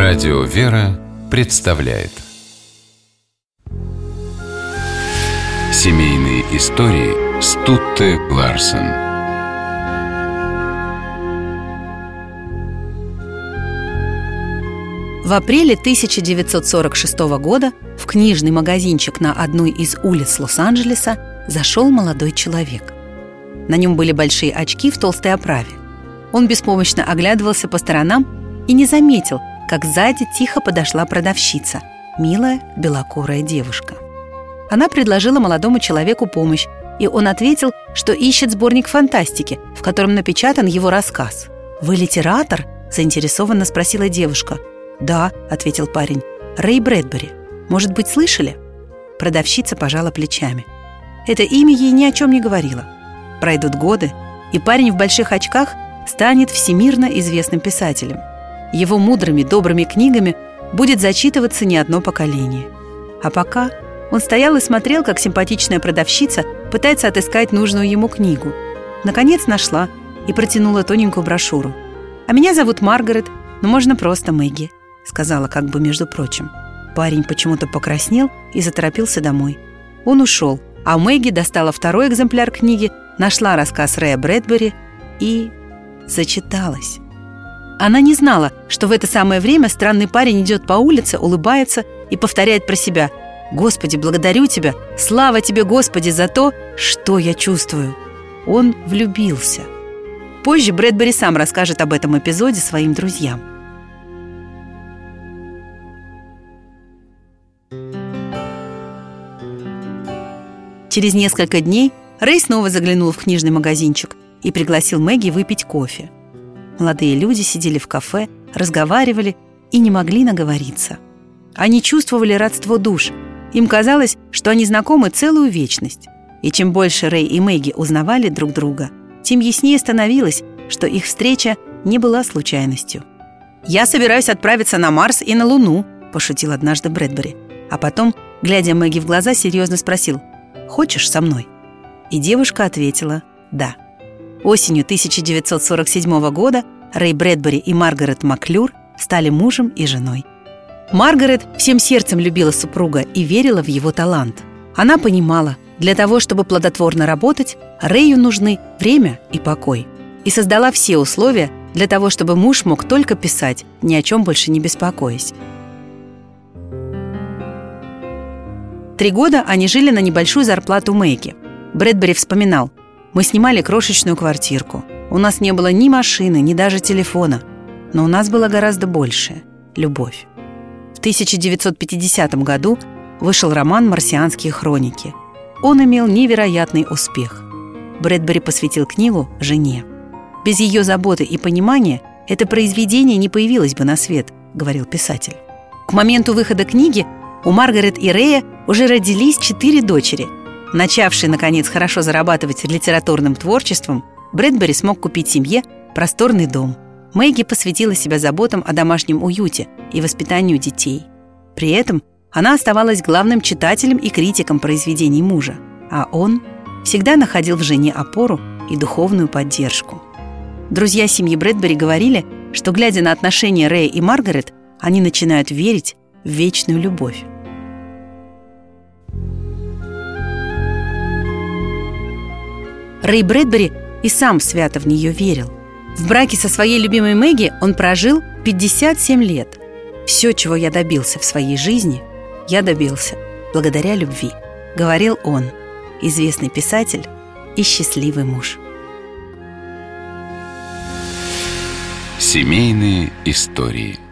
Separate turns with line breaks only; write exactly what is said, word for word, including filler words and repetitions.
Радио «Вера» представляет Семейные истории Стутте Ларсен.
В апреле тысяча девятьсот сорок шестого года в книжный магазинчик на одной из улиц Лос-Анджелеса зашел молодой человек. На нем были большие очки в толстой оправе. Он беспомощно оглядывался по сторонам и не заметил, как сзади тихо подошла продавщица, милая белокурая девушка. Она предложила молодому человеку помощь, и он ответил, что ищет сборник фантастики, в котором напечатан его рассказ. «Вы литератор?» – заинтересованно спросила девушка. «Да», – ответил парень, – «Рэй Брэдбери. Может быть, слышали?» Продавщица пожала плечами. Это имя ей ни о чем не говорило. Пройдут годы, и парень в больших очках станет всемирно известным писателем. Его мудрыми, добрыми книгами будет зачитываться не одно поколение. А пока он стоял и смотрел, как симпатичная продавщица пытается отыскать нужную ему книгу. Наконец нашла и протянула тоненькую брошюру. «А меня зовут Маргарет, но можно просто Мэгги», — сказала как бы между прочим. Парень почему-то покраснел и заторопился домой. Он ушел, а Мэгги достала второй экземпляр книги, нашла рассказ Рэя Брэдбери и зачиталась. Она не знала, что в это самое время странный парень идет по улице, улыбается и повторяет про себя: «Господи, благодарю Тебя! Слава Тебе, Господи, за то, что я чувствую!» Он влюбился. Позже Брэдбери сам расскажет об этом эпизоде своим друзьям. Через несколько дней Рэй снова заглянул в книжный магазинчик и пригласил Мэгги выпить кофе. Молодые люди сидели в кафе, разговаривали и не могли наговориться. Они чувствовали родство душ. Им казалось, что они знакомы целую вечность. И чем больше Рэй и Мэгги узнавали друг друга, тем яснее становилось, что их встреча не была случайностью. «Я собираюсь отправиться на Марс и на Луну», – пошутил однажды Брэдбери. А потом, глядя Мэгги в глаза, серьезно спросил: «Хочешь со мной?» И девушка ответила «да». Осенью тысяча девятьсот сорок седьмого года Рэй Брэдбери и Маргарет Маклюр стали мужем и женой. Маргарет всем сердцем любила супруга и верила в его талант. Она понимала, для того, чтобы плодотворно работать, Рэю нужны время и покой. И создала все условия для того, чтобы муж мог только писать, ни о чем больше не беспокоясь. Три года они жили на небольшую зарплату Мэгги. Брэдбери вспоминал: «Мы снимали крошечную квартирку. У нас не было ни машины, ни даже телефона. Но у нас было гораздо большее – любовь». В тысяча девятьсот пятидесятом году вышел роман «Марсианские хроники». Он имел невероятный успех. Брэдбери посвятил книгу жене. «Без ее заботы и понимания это произведение не появилось бы на свет», – говорил писатель. К моменту выхода книги у Маргарет и Рэя уже родились четыре дочери. Начавший, наконец, хорошо зарабатывать литературным творчеством, Брэдбери смог купить семье просторный дом. Мэгги посвятила себя заботам о домашнем уюте и воспитанию детей. При этом она оставалась главным читателем и критиком произведений мужа, а он всегда находил в жене опору и духовную поддержку. Друзья семьи Брэдбери говорили, что, глядя на отношения Рэя и Маргарет, они начинают верить в вечную любовь. Рэй Брэдбери и сам свято в нее верил. В браке со своей любимой Мэгги он прожил пятьдесят семь лет. «Все, чего я добился в своей жизни, я добился благодаря любви», — говорил он, известный писатель и счастливый муж.
Семейные истории.